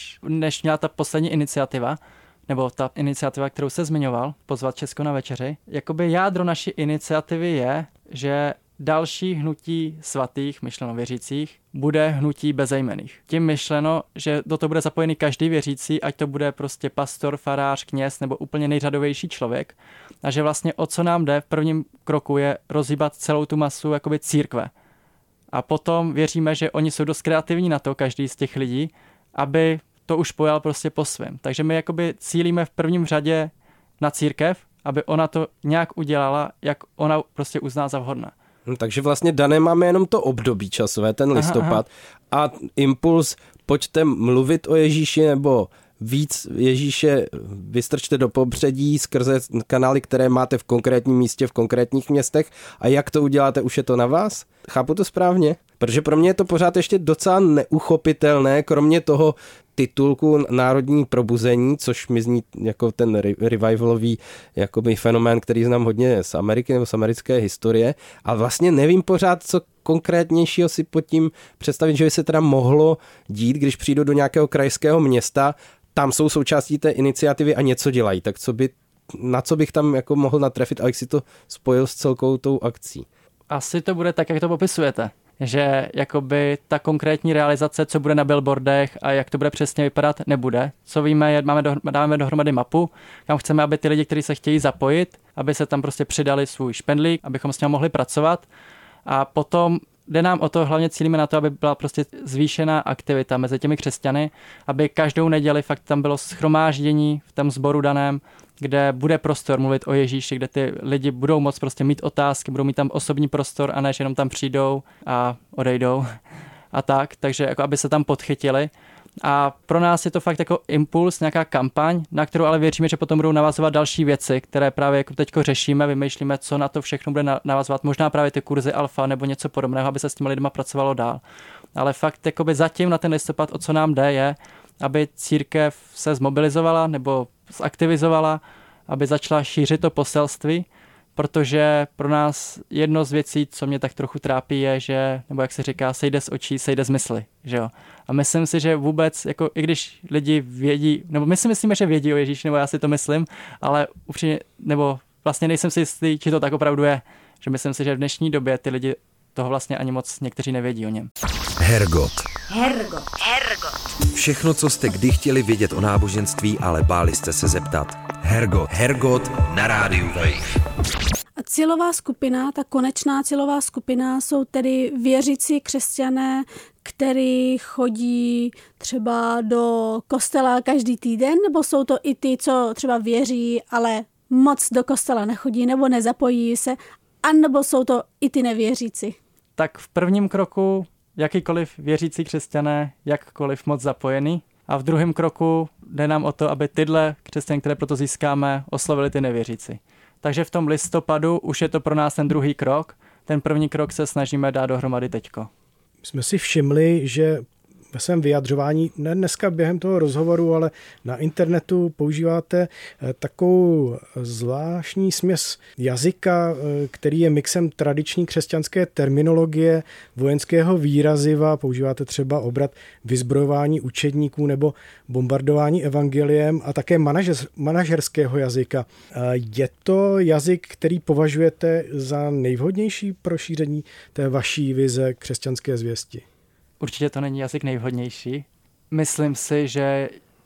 Speaker 6: než měla ta poslední iniciativa, nebo ta iniciativa, kterou se zmiňoval, pozvat Česko na večeři. Jakoby jádro naší iniciativy je, že další hnutí svatých, myšleno věřících, bude hnutí bezejmenných. Tím myšleno, že do toho bude zapojený každý věřící, ať to bude prostě pastor, farář, kněz nebo úplně nejřadovější člověk. A že vlastně o co nám jde v prvním kroku je rozhýbat celou tu masu jakoby církve. A potom věříme, že oni jsou dost kreativní na to, každý z těch lidí, aby to už pojal prostě po svém. Takže my jakoby cílíme v prvním řadě na církev, aby ona to nějak udělala, jak ona prostě uzná za vhodné.
Speaker 4: Takže vlastně dané máme jenom to období časové, ten listopad, a impuls, pojďte mluvit o Ježíši, nebo víc Ježíše vystrčte do popředí skrze kanály, které máte v konkrétním místě, v konkrétních městech, a jak to uděláte, už je to na vás? Chápu to správně? Protože pro mě je to pořád ještě docela neuchopitelné, kromě toho titulku Národní probuzení, což mi zní jako ten revivalový jakoby fenomén, který znám hodně z Ameriky nebo z americké historie, a vlastně nevím pořád, co konkrétnějšího si pod tím představit, že by se teda mohlo dít, když přijdu do nějakého krajského města, tam jsou součástí té iniciativy a něco dělají, tak na co bych tam jako mohl natrefit, abych si to spojil s celkou tou akcí? Asi
Speaker 6: to bude tak, jak to popisujete. Že jakoby ta konkrétní realizace, co bude na billboardech a jak to bude přesně vypadat, nebude. Co víme, je, dáme dohromady mapu, kam chceme, aby ty lidi, kteří se chtějí zapojit, aby se tam prostě přidali svůj špendlík, abychom s ním mohli pracovat. A potom jde nám o to, hlavně cílíme na to, aby byla prostě zvýšená aktivita mezi těmi křesťany, aby každou neděli fakt tam bylo shromáždění v tom sboru daném, kde bude prostor mluvit o Ježíši, kde ty lidi budou moct prostě mít otázky, budou mít tam osobní prostor a ne, že jenom tam přijdou a odejdou a tak, takže jako aby se tam podchytili. A pro nás je to fakt jako impuls, nějaká kampaň, na kterou ale věříme, že potom budou navazovat další věci, které právě jako teďko řešíme, vymýšlíme, co na to všechno bude navazovat, možná právě ty kurzy Alfa nebo něco podobného, aby se s těmi lidmi pracovalo dál. Ale fakt jakoby zatím na ten listopad, o co nám jde, je, aby církev se zmobilizovala nebo zaktivizovala, aby začala šířit to poselství, protože pro nás jedno z věcí, co mě tak trochu trápí, je, že, nebo jak se říká, sejde z očí, sejde z mysli, že jo. A myslím si, že vůbec, jako i když lidi vědí, nebo my si myslíme, že vědí o Ježíši, nebo já si to myslím, ale upřímně, nebo vlastně nejsem si jistý, či to tak opravdu je, že myslím si, že v dnešní době ty lidi toho vlastně ani moc někteří nevědí o něm.
Speaker 1: Hergot. Všechno, co jste kdy chtěli vědět o náboženství, ale báli jste se zeptat. Hergot na rádiu Wave.
Speaker 3: A cílová skupina, ta konečná cílová skupina jsou tedy věřící křesťané, kteří chodí třeba do kostela každý týden, nebo jsou to i ty, co třeba věří, ale moc do kostela nechodí nebo nezapojí se, anebo jsou to i ty nevěřící?
Speaker 6: Tak v prvním kroku jakýkoliv věřící křesťané, jakkoliv moc zapojený. A v druhém kroku jde nám o to, aby tyhle křesťané, které proto získáme, oslovili ty nevěřící. Takže v tom listopadu už je to pro nás ten druhý krok. Ten první krok se snažíme dát dohromady teďko.
Speaker 5: Jsme si všimli, že ve svém vyjadřování, ne dneska během toho rozhovoru, ale na internetu používáte takovou zvláštní směs jazyka, který je mixem tradiční křesťanské terminologie, vojenského výraziva, používáte třeba obrat vyzbrojování učedníků nebo bombardování evangeliem a také manažerského jazyka. Je to jazyk, který považujete za nejvhodnější pro šíření té vaší vize křesťanské zvěsti?
Speaker 6: Určitě to není jazyk nejvhodnější. Myslím si, že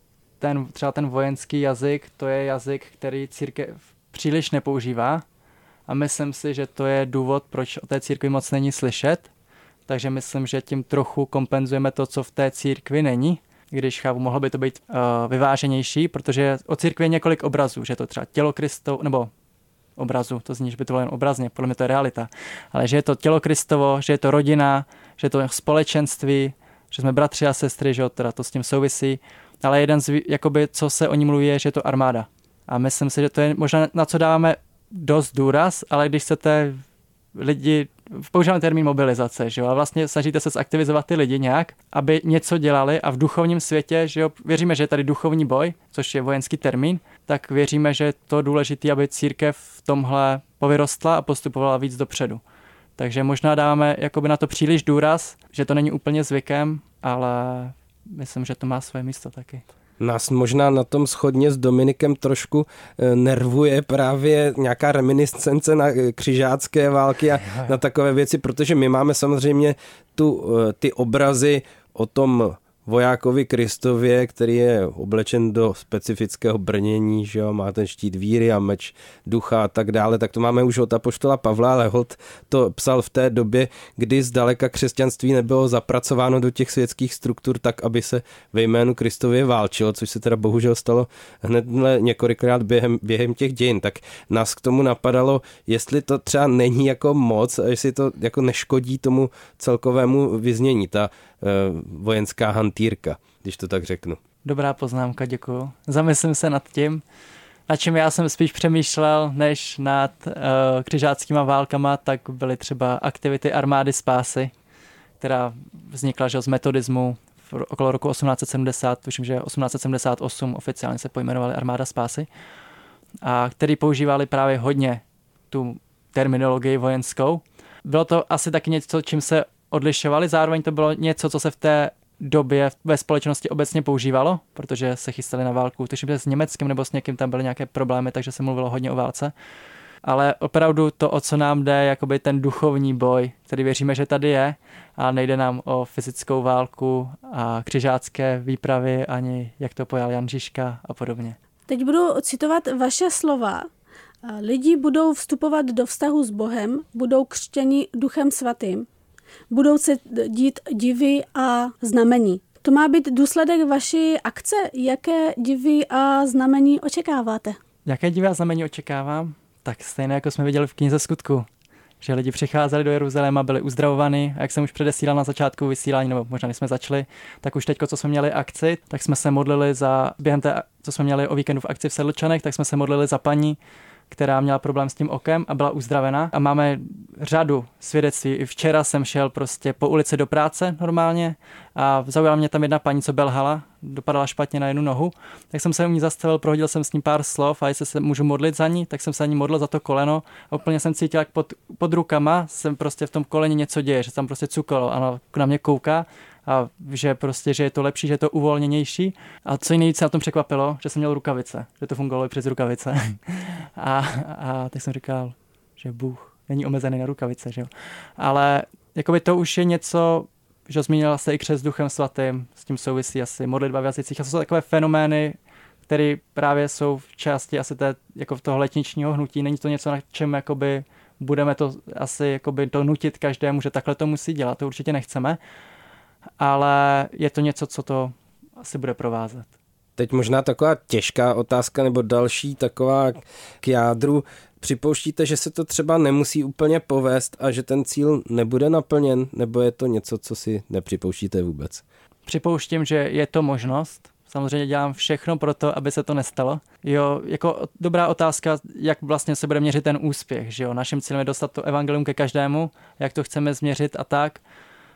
Speaker 6: třeba ten vojenský jazyk, to je jazyk, který církev příliš nepoužívá a myslím si, že to je důvod, proč o té církvi moc není slyšet. Takže myslím, že tím trochu kompenzujeme to, co v té církvi není, když chápu, mohlo by to být vyváženější, protože o církvi je několik obrazů, že to třeba tělo Kristovo, nebo obrazu, to zní, že by to bylo jen obrazně, podle mě to je realita, ale že je to tělo Kristovo, že je to rodina, že je to společenství, že jsme bratři a sestry, že teda to s tím souvisí, ale jeden z, jakoby, co se o ní mluví, je, že je to armáda. A myslím si, že to je možná, na co dáváme dost důraz, ale když chcete lidi, používáme termín mobilizace, že jo, a vlastně snažíte se zaktivizovat ty lidi nějak, aby něco dělali a v duchovním světě, že jo, věříme, že je tady duchovní boj, což je vojenský termín, tak věříme, že je to důležité, aby církev v tomhle povyrostla a postupovala víc dopředu. Takže možná dáváme jakoby na to příliš důraz, že to není úplně zvykem, ale myslím, že to má své místo taky.
Speaker 4: Nás možná na tom shodně s Dominikem trošku nervuje právě nějaká reminiscence na křižácké války a na takové věci, protože my máme samozřejmě ty obrazy o tom vojákovi Kristově, který je oblečen do specifického brnění, že jo, má ten štít víry a meč ducha a tak dále, tak to máme už od apoštola Pavla, ale holt to psal v té době, kdy zdaleka křesťanství nebylo zapracováno do těch světských struktur tak, aby se ve jménu Kristově válčilo, což se teda bohužel stalo hned několikrát během těch dějin. Tak nás k tomu napadalo, jestli to třeba není jako moc, a jestli to jako neškodí tomu celkovému vyznění, ta vojenská hantýrka, když to tak řeknu.
Speaker 6: Dobrá poznámka, děkuju. Zamyslím se nad tím, na čem já jsem spíš přemýšlel, než nad křižáckýma válkama, tak byly třeba aktivity armády spásy, která vznikla z metodismu okolo roku 1870, tuším, že 1878 oficiálně se pojmenovali armáda spásy, a který používali právě hodně tu terminologii vojenskou. Bylo to asi taky něco, čím se odlišovali, zároveň to bylo něco, co se v té době ve společnosti obecně používalo, protože se chystali na válku, tuším, že s Německem nebo s někým tam byly nějaké problémy, takže se mluvilo hodně o válce. Ale opravdu to, o co nám jde, je jakoby ten duchovní boj, který věříme, že tady je, a nejde nám o fyzickou válku a křižácké výpravy, ani jak to pojal Jan Žižka a podobně.
Speaker 3: Teď budu citovat vaše slova. Lidi budou vstupovat do vztahu s Bohem, budou křtěni Duchem Svatým. Budou se dít divy a znamení. To má být důsledek vaší akce. Jaké divy a znamení očekáváte?
Speaker 6: Jaké divy a znamení očekávám? Tak stejné, jako jsme viděli v knize Skutku. Že lidi přicházeli do Jeruzaléma, byli uzdravovaní. A jak jsem už předesílal na začátku vysílání, nebo možná než jsme začali, tak už teďko, co jsme měli akci, tak jsme se modlili během té, co jsme měli o víkendu v akci v Sedlčanech, tak jsme se modlili za paní, která měla problém s tím okem a byla uzdravena. A máme řadu svědectví. I včera jsem šel prostě po ulici do práce normálně a zaujala mě tam jedna paní, co belhala, dopadala špatně na jednu nohu. Tak jsem se u ní zastavil, prohodil jsem s ní pár slov a jestli se můžu modlit za ní, tak jsem se za ní modlil za to koleno a úplně jsem cítil, jak pod rukama jsem prostě v tom koleni něco děje, že tam prostě cukalo a na mě kouká. A že prostě, že je to lepší, že je to uvolněnější. A co nejvíc se na tom překvapilo, že jsem měl rukavice, že to fungovalo i přes rukavice. A tak jsem říkal, že Bůh není omezený na rukavice, že jo. Ale jakoby to už je něco, že zmínila se i křest Duchem Svatým, s tím souvisí asi modlitba v jazycích. A to jsou takové fenomény, které právě jsou v části asi jako toho letničního hnutí. Není to něco, na čem jakoby budeme to asi jakoby to nutit každému, že takhle to musí dělat, to určitě nechceme. Ale je to něco, co to asi bude provázet.
Speaker 4: Teď možná taková těžká otázka nebo další taková k jádru. Připouštíte, že se to třeba nemusí úplně povést a že ten cíl nebude naplněn, nebo je to něco, co si nepřipouštíte vůbec?
Speaker 6: Připouštím, že je to možnost. Samozřejmě dělám všechno pro to, aby se to nestalo. Jo, jako dobrá otázka, jak vlastně se bude měřit ten úspěch, že jo? Naším cílem je dostat to evangelium ke každému, jak to chceme změřit a tak.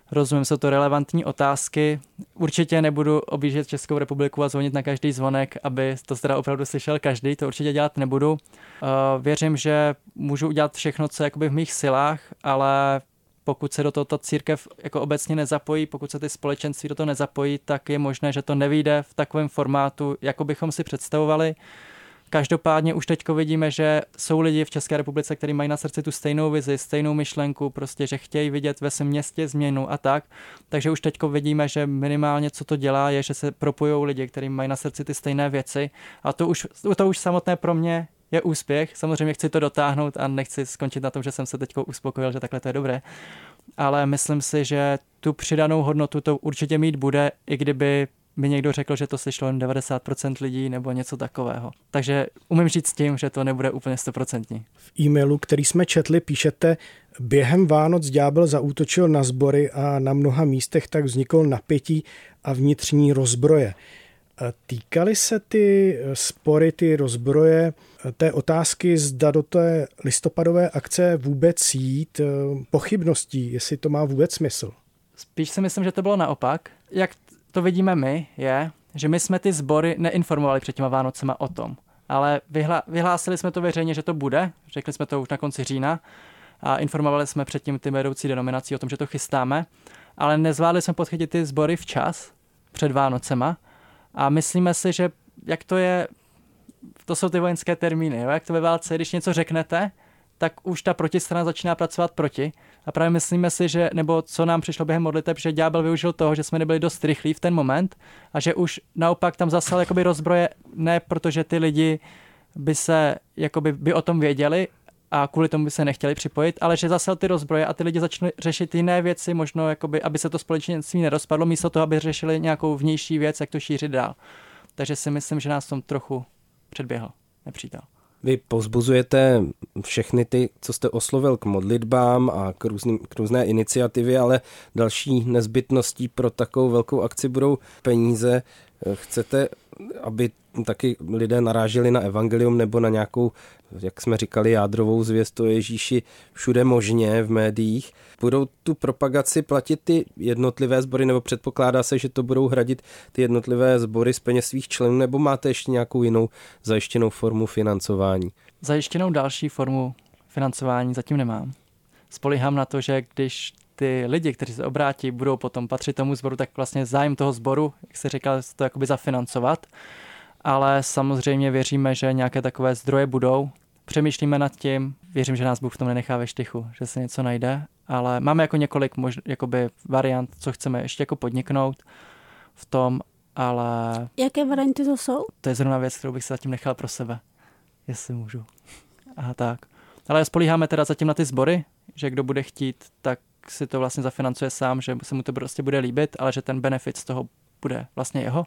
Speaker 6: Rozumím, jsou to relevantní otázky. Určitě nebudu objíždět Českou republiku a zvonit na každý zvonek, aby to teda opravdu slyšel každý, to určitě dělat nebudu. Věřím, že můžu udělat všechno, co je jakoby v mých silách, ale pokud se do toho ta církev jako obecně nezapojí, pokud se ty společenství do toho nezapojí, tak je možné, že to nevyjde v takovém formátu, jako bychom si představovali. Každopádně už teďko vidíme, že jsou lidi v České republice, kteří mají na srdci tu stejnou vizi, stejnou myšlenku, prostě, že chtějí vidět ve svém městě změnu a tak. Takže už teďko vidíme, že minimálně co to dělá, je, že se propojou lidi, kteří mají na srdci ty stejné věci. A to už samotné pro mě je úspěch. Samozřejmě chci to dotáhnout a nechci skončit na tom, že jsem se teďko uspokojil, že takhle to je dobré. Ale myslím si, že tu přidanou hodnotu to určitě mít bude, i kdyby mi někdo řekl, že to slyšelo jen 90% lidí nebo něco takového. Takže umím žít s tím, že to nebude úplně 100%.
Speaker 5: V e-mailu, který jsme četli, píšete, během Vánoc ďábel zaútočil na sbory a na mnoha místech tak vzniklo napětí a vnitřní rozbroje. Týkaly se ty spory, ty rozbroje, té otázky, zda do té listopadové akce vůbec jít, pochybností, jestli to má vůbec smysl?
Speaker 6: Spíš si myslím, že to bylo naopak. Jak to vidíme my, je, že my jsme ty sbory neinformovali před těma Vánocema o tom, ale vyhlásili jsme to veřejně, že to bude, řekli jsme to už na konci října a informovali jsme předtím ty vedoucí denominací o tom, že to chystáme, ale nezvládli jsme podchytit ty sbory včas před Vánocema a myslíme si, že jak to je, to jsou ty vojenské termíny, jo? Jak to ve válce, když něco řeknete, tak už ta protistrana začíná pracovat proti. A právě myslíme si, že, nebo co nám přišlo během modliteb, že ďábel využil toho, že jsme nebyli dost rychlí v ten moment a že už naopak tam zasal jakoby rozbroje, ne protože ty lidi by o tom věděli a kvůli tomu by se nechtěli připojit, ale že zasel ty rozbroje a ty lidi začali řešit jiné věci, možno jakoby, aby se to společenství nerozpadlo, místo toho, aby řešili nějakou vnější věc, jak to šířit dál. Takže si myslím, že nás v tom trochu předběhl nepřítel.
Speaker 4: Vy povzbuzujete všechny ty, co jste oslovil, k modlitbám a k různé iniciativě, ale další nezbytností pro takovou velkou akci budou peníze. Chcete, aby taky lidé naráželi na evangelium nebo na nějakou, jak jsme říkali, jádrovou zvěst o Ježíši všude možně v médiích? Budou tu propagaci platit ty jednotlivé sbory, nebo předpokládá se, že to budou hradit ty jednotlivé sbory z peněz svých členů, nebo máte ještě nějakou jinou zajištěnou formu financování?
Speaker 6: Zajištěnou další formu financování zatím nemám. Spolíhám na to, že když ty lidi, kteří se obrátí, budou potom patřit tomu sboru, tak vlastně zájem toho sboru, jak se říkal, to jakoby zafinancovat. Ale samozřejmě věříme, že nějaké takové zdroje budou. Přemýšlíme nad tím, věřím, že nás Bůh v tom nenechá ve štychu, že se něco najde, ale máme jako několik variant, co chceme ještě jako podniknout v tom, ale...
Speaker 3: Jaké varianty to jsou?
Speaker 6: To je zrovna věc, kterou bych se zatím nechal pro sebe, jestli můžu. Aha, tak. Ale spolíháme teda zatím na ty sbory, že kdo bude chtít, tak si to vlastně zafinancuje sám, že se mu to prostě bude líbit, ale že ten benefit z toho bude vlastně jeho.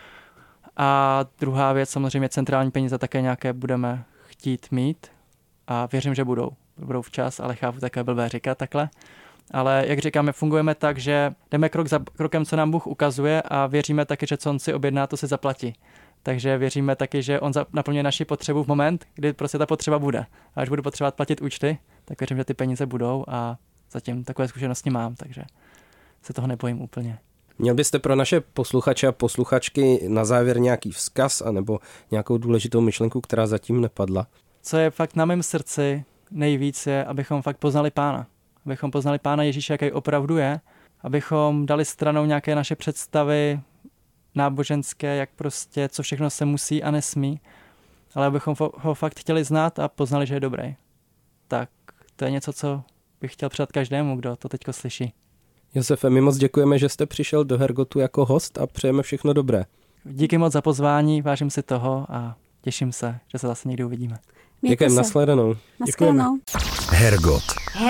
Speaker 6: A druhá věc, samozřejmě centrální peníze také nějaké budeme chtít mít a věřím, že budou včas, ale chápu také blbé říkat takhle. Ale jak říkáme, fungujeme tak, že jdeme krok za krokem, co nám Bůh ukazuje a věříme taky, že co on si objedná, to si zaplatí. Takže věříme taky, že on naplňuje naši potřebu v moment, kdy prostě ta potřeba bude. A až budu potřebovat platit účty, tak věřím, že ty peníze budou a zatím takové zkušenosti mám, takže se toho nebojím úplně.
Speaker 4: Měl byste pro naše posluchače a posluchačky na závěr nějaký vzkaz anebo nějakou důležitou myšlenku, která zatím nepadla?
Speaker 6: Co je fakt na mém srdci nejvíc je, abychom fakt poznali Pána. Abychom poznali Pána Ježíše, jaký opravdu je. Abychom dali stranou nějaké naše představy náboženské, jak prostě, co všechno se musí a nesmí. Ale abychom ho fakt chtěli znát a poznali, že je dobrý. Tak to je něco, co bych chtěl přát každému, kdo to teďko slyší.
Speaker 4: Josefe, my moc děkujeme, že jste přišel do Hergotu jako host a přejeme všechno dobré.
Speaker 6: Díky moc za pozvání, vážím si toho a těším se, že se zase někdy uvidíme.
Speaker 4: Děkujeme, nashledanou.
Speaker 3: Děkujeme.
Speaker 1: Hergot.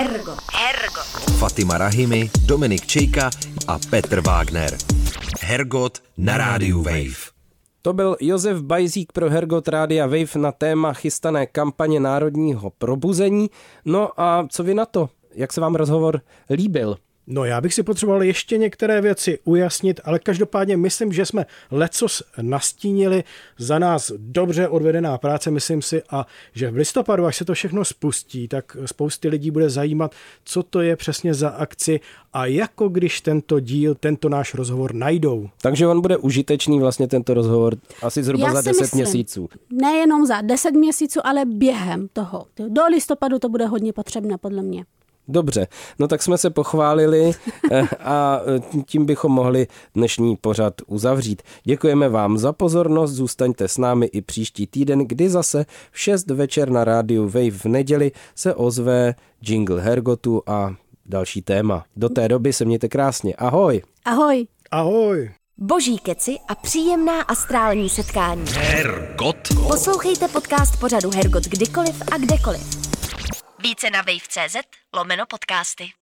Speaker 1: Fatima Rahimi, Dominik Čejka a Petr Wagner. Hergot na rádiu Wave.
Speaker 4: To byl Josef Bajzík pro Hergot Rádia Wave na téma chystané kampaně národního probuzení. No a co vy na to? Jak se vám rozhovor líbil?
Speaker 5: No já bych si potřeboval ještě některé věci ujasnit, ale každopádně myslím, že jsme lecos nastínili, za nás dobře odvedená práce, myslím si, a že v listopadu, až se to všechno spustí, tak spousty lidí bude zajímat, co to je přesně za akci a jako když tento náš rozhovor najdou.
Speaker 4: Takže on bude užitečný vlastně tento rozhovor asi zhruba za 10 měsíců.
Speaker 3: Nejenom za 10 měsíců, ale během toho. Do listopadu to bude hodně potřebné podle mě.
Speaker 4: Dobře, no tak jsme se pochválili a tím bychom mohli dnešní pořad uzavřít. Děkujeme vám za pozornost, zůstaňte s námi i příští týden, kdy zase v 6 večer na rádiu Wave v neděli se ozve jingle Hergotu a další téma. Do té doby se mějte krásně. Ahoj.
Speaker 3: Ahoj.
Speaker 5: Ahoj.
Speaker 2: Boží keci a příjemná astrální setkání.
Speaker 1: Hergot.
Speaker 2: Poslouchejte podcast pořadu Hergot kdykoliv a kdekoliv. Více na wave.cz/podcasty.